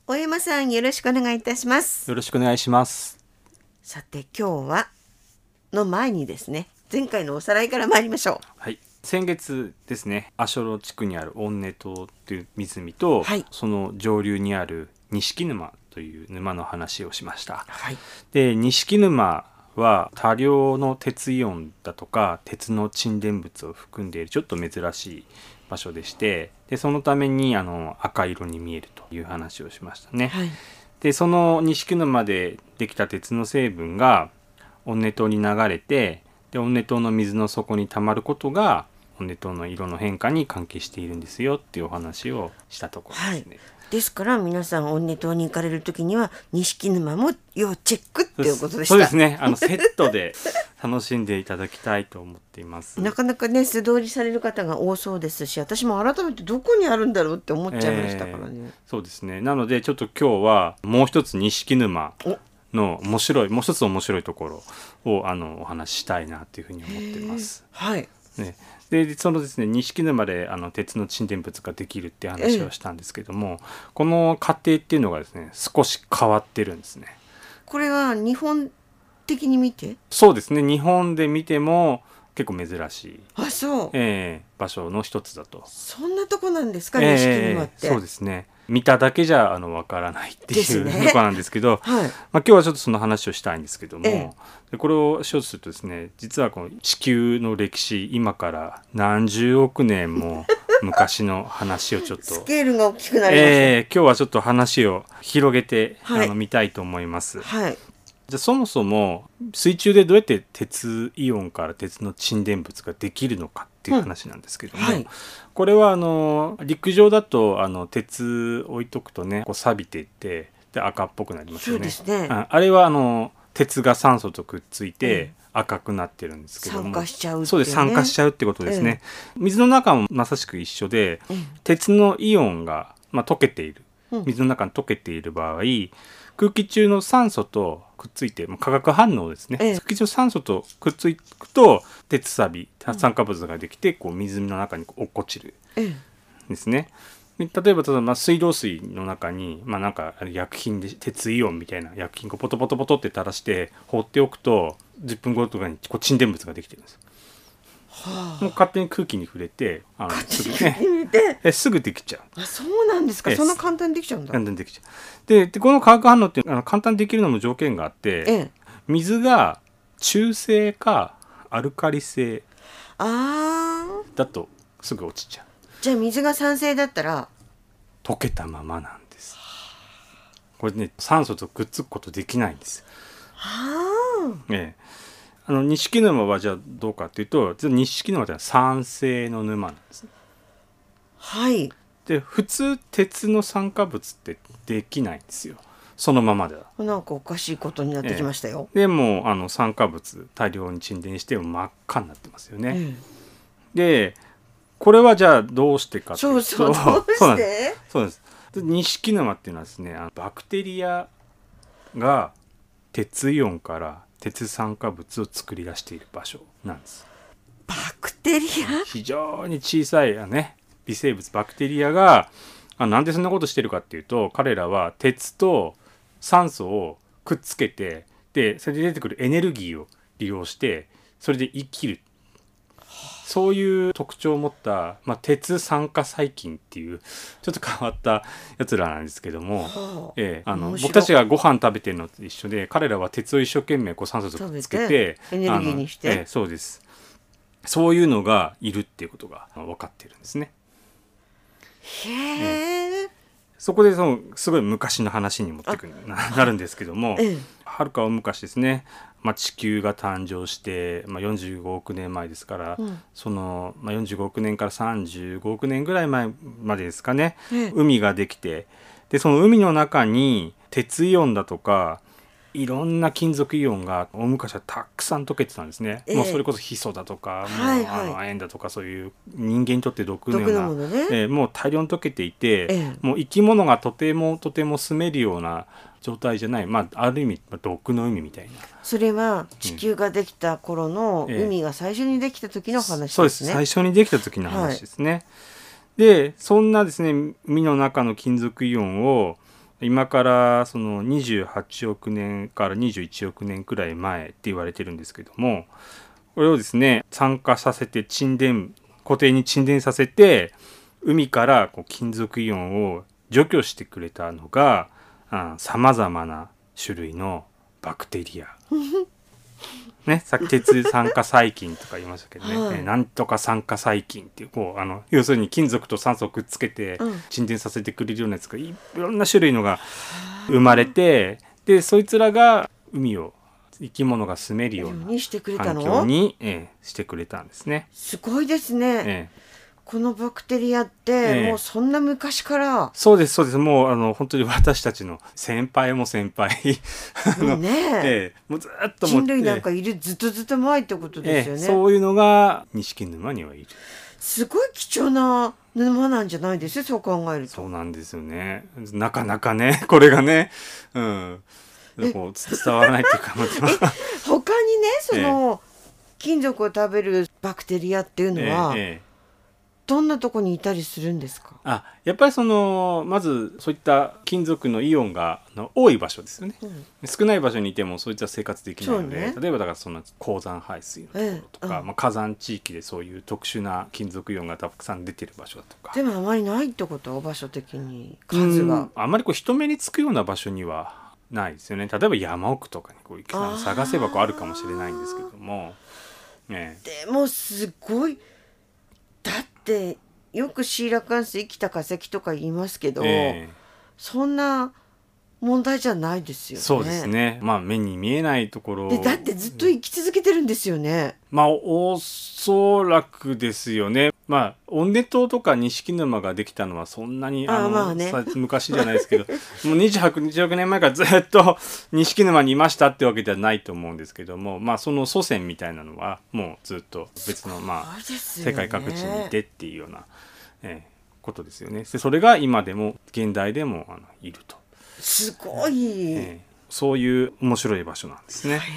大山さん、よろしくお願いいたします。 よろしくお願いします。 さて、今日はの前にですね、前回のおさらいから参りましょう。 はい、先月ですね、足寄地区にある御根島という湖と、 はい、 その上流にある錦沼という沼の話をしました。 はい、 で、錦沼は多量の鉄イオンだとか鉄の沈殿物を含んでいるちょっと珍しい場所でして、でそのために赤色に見えるという話をしましたね。 はい、 でその錦沼でできた鉄の成分が御根島に流れて、で御根島の水の底にたまることが御根島の色の変化に関係しているんですよっていうお話をしたところですね。 はい。ですから皆さん、御根島に行かれるときには錦沼も要チェックっていうことでした。 そうですね、セットで楽しんでいただきたいと思っています。 なかなかね、素通りされる方が多そうですし、私も改めてどこにあるんだろうって思っちゃいましたからね。 そうですね。なのでちょっと今日はもう一つ錦沼のもう一つ面白いところをお話ししたいなというふうに思ってます。 はい。 ね、でそのですね、錦沼で鉄の沈殿物ができるっていう話をしたんですけども、この過程っていうのがですね、少し変わってるんですね。 これは日本的に見て、 そうですね、日本で見ても結構珍しい、 あ、そう。 場所の一つだと。 そんなとこなんですか、錦沼って。 そうですね、見ただけじゃわからないっていうですねところなんですけど、 はい。 今日はちょっとその話をしたいんですけども、 ええでこれをしようとするとですね、実はこの地球の歴史、今から何十億年も昔の話をちょっとスケールが大きくなりまし今日はちょっと話を広げて、 はい見たいと思います。 た。はい。 じゃあそもそも水中でどうやって鉄イオンから鉄の沈殿物ができるのかっていう話なんですけども、 はい。 これは陸上だと鉄置いとくとね、こう錆びていってで赤っぽくなりますよね。 そうですね。 あれは鉄が酸素とくっついて赤くなってるんですけども、 酸化しちゃうっていうね。 そうです、酸化しちゃうってことですね。水の中もまさしく一緒で、鉄のイオンが、溶けている、水の中に溶けている場合、空気中の酸素とくっついて、化学反応ですね、空気中の酸素とくっつくと鉄錆、酸化物ができてこう水の中に落っこちるんですね。で例えば水道水の中に、なんか薬品で鉄イオンみたいな薬品をポトポトポトって垂らして放っておくと10分後とかにこう沈殿物ができてるんです。もう勝手に空気に触れてすぐできちゃう。 あ、そうなんですか。そんな簡単にできちゃうんだ。 簡単にできちゃう。でこの化学反応って簡単にできるのも条件があって、水が中性かアルカリ性だとすぐ落ちちゃう。 じゃあ水が酸性だったら溶けたままなんです。これね、酸素とくっつくことできないんです。錦沼はじゃあどうかっていうと、錦沼は酸性の沼なんです。 はい。 で普通鉄の酸化物ってできないんですよ、そのままでは。 なんかおかしいことになってきましたよ。 でも酸化物大量に沈殿して真っ赤になってますよね。でこれはじゃあどうしてかっていうと、 どうしてそうです。錦沼っていうのはですね、バクテリアが鉄イオンから鉄酸化物を作り出している場所なんです。 バクテリア？ 非常に小さい微生物、バクテリアがなんでそんなことしてるかっていうと、彼らは鉄と酸素をくっつけて、でそれで出てくるエネルギーを利用してそれで生きる、そういう特徴を持った、鉄酸化細菌っていうちょっと変わったやつらなんですけども、僕たちがご飯食べてるのと一緒で、彼らは鉄を一生懸命こう酸素とくっつけてエネルギーにして、 そうです。そういうのがいるっていうことが分かってるんですね。そこですごい昔の話に持ってくるなるんですけども、はるか大昔ですね、地球が誕生して、45億年前ですから、その、45億年から35億年ぐらい前までですかね、海ができて、でその海の中に鉄イオンだとかいろんな金属イオンが大昔はたくさん溶けてたんですね。もうそれこそヒ素だとか、もう亜鉛だとか、そういう人間にとって毒のような、もう大量に溶けていて、もう生き物がとても住めるような状態じゃない、ある意味毒の海みたいな。 それは地球ができた頃の海が最初にできた時の話ですね。 そうです、最初にできた時の話ですね。でそんなですね、海の中の金属イオンを今からその28億年から21億年くらい前って言われてるんですけども、これをですね酸化させて固定に沈殿させて海からこう金属イオンを除去してくれたのがさまざまな種類のバクテリアね、さっき鉄酸化細菌とか言いましたけどね、 はいなんとか酸化細菌っていう要するに金属と酸素をくっつけて沈殿させてくれるようなやつがいろんな種類のが生まれて、でそいつらが海を生き物が住めるようなにしてくれた環の境に、してくれたんですね。 すごいですね、このバクテリアって、 ええもうそんな昔からそうですそうです。もう本当に私たちの先輩も先輩ねもうずっと人類なんかいるずっと前ってことですよね、 そういうのが錦沼にはいる。 すごい貴重な沼なんじゃないですよ、そう考えると。 そうなんですよね。なかなかねこれがね、こう伝わらないっていうか他にねその、金属を食べるバクテリアっていうのは、どんなとこにいたりするんですか？ やっぱりまずそういった金属のイオンが多い場所ですよね、少ない場所にいてもそいつは生活できないので、例えばだからその鉱山排水のところとか、火山地域でそういう特殊な金属イオンがたくさん出てる場所だとか。 でもあまりないってことは場所的に数があんまり人目につくような場所にはないですよね。例えば山奥とかに探せばあるかもしれないんですけども、 でもすごい、だってよくシーラカンス生きた化石とか言いますけど、そんな問題じゃないですよね。 そうですね。目に見えないところでだってずっと生き続けてるんですよね。 おそらくですよね。オンネ島とか錦沼ができたのはそんなに昔じゃないですけどもう28億年前からずっと錦沼にいましたってわけではないと思うんですけども、その祖先みたいなのはもうずっと別の世界各地にいてっていうような、ことですよね。でそれが今でも現代でもいると。 すごい、 そういう面白い場所なんですね。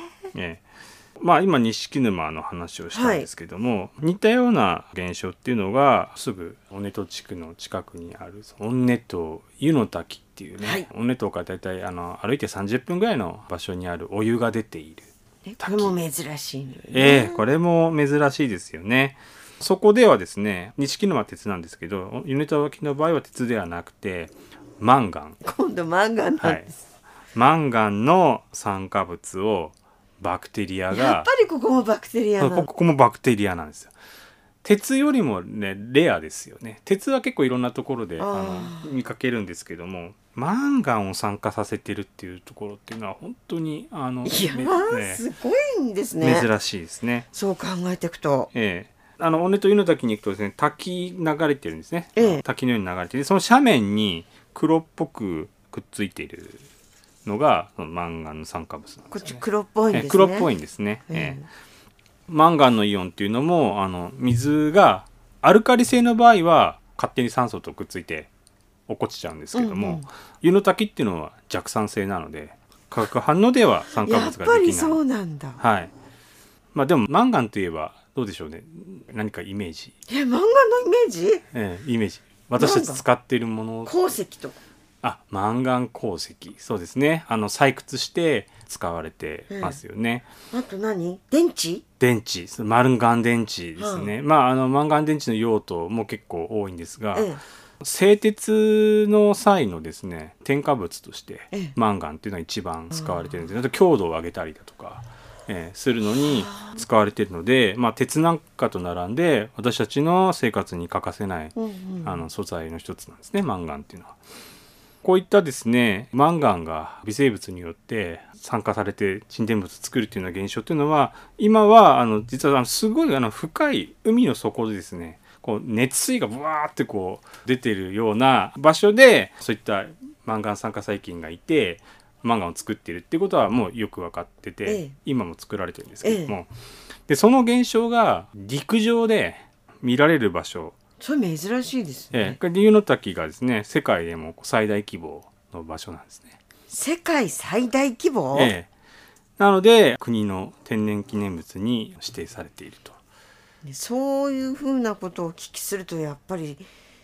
今錦沼の話をしたんですけども、似たような現象っていうのがすぐオネト地区の近くにあるオンネ島湯の滝っていうね、オンネ島からだいたい歩いて30分ぐらいの場所にあるお湯が出ている滝。これも珍しいのよね。 これも珍しいですよね。そこではですね、錦沼は鉄なんですけど、湯の滝の場合は鉄ではなくてマンガン。 今度マンガンなんです、 マンガンの酸化物をバクテリアが、 やっぱりここもバクテリアなんだ。 ここもバクテリアなんですよ。鉄よりもねレアですよね。鉄は結構いろんなところで見かけるんですけども、マンガンを酸化させてるっていうところっていうのは本当にすごいんですね。 珍しいですね。 そう考えていくと、 尾根と湯の滝に行くとですね、滝流れてるんですね、滝のように流れていて、その斜面に黒っぽくくっついているのがそのマンガンの酸化物なんですよね。 こっち黒っぽいんですね。 黒っぽいんですね。マンガンのイオンっていうのも水がアルカリ性の場合は勝手に酸素とくっついて落っこちちゃうんですけども、湯の滝っていうのは弱酸性なので化学反応では酸化物ができない。 やっぱりそうなんだ。 でもマンガンといえばどうでしょうね。何かイメージ。 マンガンのイメージ？ イメージ。私たち使っているもの。 鉱石とか。 マンガン鉱石。そうですね。採掘して使われてますよね。 あと何？電池？ 電池。マンガン電池ですね。マンガン電池の用途も結構多いんですが、製鉄の際のですね添加物としてマンガンっていうのは一番使われてるんです。強度を上げたりだとか。するのに使われているので、鉄なんかと並んで私たちの生活に欠かせない、素材の一つなんですね、マンガンっていうのは。こういったですねマンガンが微生物によって酸化されて沈殿物を作るっていうような現象っていうのは今は実はすごい深い海の底でですね熱水がブワーって出てるような場所でそういったマンガン酸化細菌がいてマンガンを作っているっていうことはもうよく分かってて、今も作られてるんですけども、でその現象が陸上で見られる場所、 それ珍しいですね。 湯の滝がですね世界でも最大規模の場所なんですね。 世界最大規模？ なので国の天然記念物に指定されていると。 そういうふうなことをお聞きするとやっぱり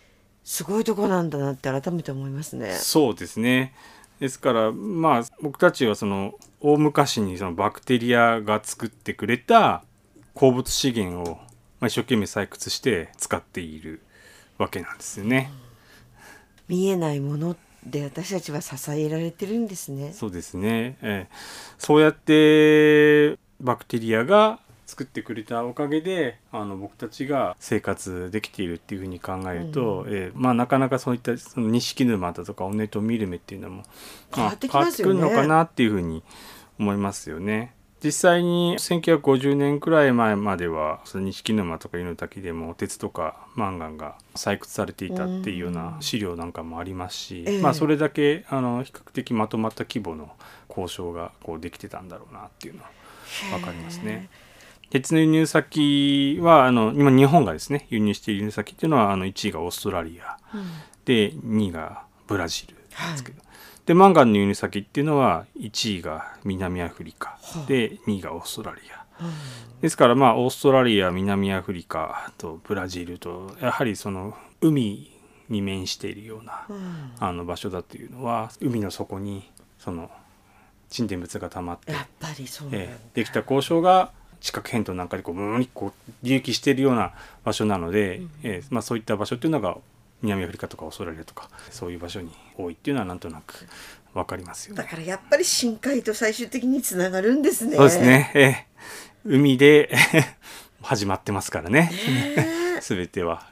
すごいとこなんだなって改めて思いますね。 そうですね。ですからまあ僕たちはその大昔にそのバクテリアが作ってくれた鉱物資源を一生懸命採掘して使っているわけなんですよね。 見えないもので私たちは支えられてるんですね。 そうですね、そうやってバクテリアが作ってくれたおかげで僕たちが生活できているっていうふうに考えると、まあなかなかそういったその錦沼だとかオネトミルメっていうのも変わってきますよね。 変わってくるのかなっていうふうに思いますよね。実際に1950年くらい前までは錦沼とか湯の滝でも鉄とかマンガンが採掘されていたっていうような資料なんかもありますし、まあそれだけ比較的まとまった規模の交渉がこうできてたんだろうなっていうのは分かりますね。鉄の輸入先は今日本がですね輸入している輸入先っていうのは1位がオーストラリア、で2位がブラジルですけど、でマンガンの輸入先っていうのは1位が南アフリカで2位がオーストラリア、ですからまあオーストラリア、南アフリカとブラジルとやはりその海に面しているような、場所だというのは海の底にその沈殿物が溜まってやっぱりそうなんだ、 できた鉱床が地殻変動なんかでこう隆起しているような場所なので、まあ、そういった場所っていうのが南アフリカとかオーストラリアとかそういう場所に多いっていうのはなんとなく分かりますよね。 だからやっぱり深海と最終的につながるんですね。 そうですね、海で始まってますからね全ては、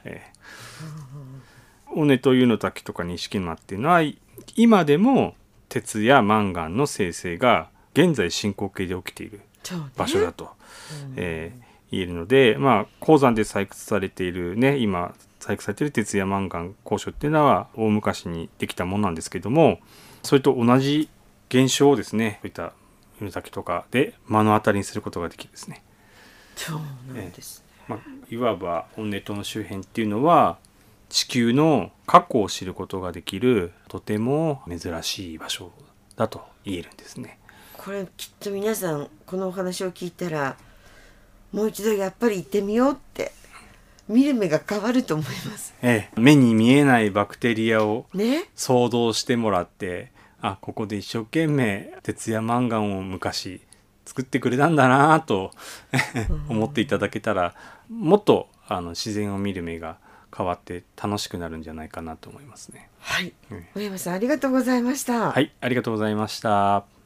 尾根と湯の滝とか錦沼っていうのは今でも鉄やマンガンの生成が現在進行形で起きている場所だと、言えるので、まあ、鉱山で採掘されているね今採掘されている鉄やマンガン鉱床っていうのは大昔にできたものなんですけども、それと同じ現象をですねこういった湯の滝とかで目の当たりにすることができるですね。 そうなんですね。 いわばオンネットの周辺っていうのは地球の過去を知ることができるとても珍しい場所だと言えるんですね。 これきっと皆さんこのお話を聞いたらもう一度やっぱり行ってみようって見る目が変わると思います、 目に見えないバクテリアをね、 想像してもらって、ここで一生懸命鉄やマンガンを昔作ってくれたんだなと思っていただけたらもっと自然を見る目が変わって楽しくなるんじゃないかなと思いますね。 はい、上山さんありがとうございました。 はい、ありがとうございました。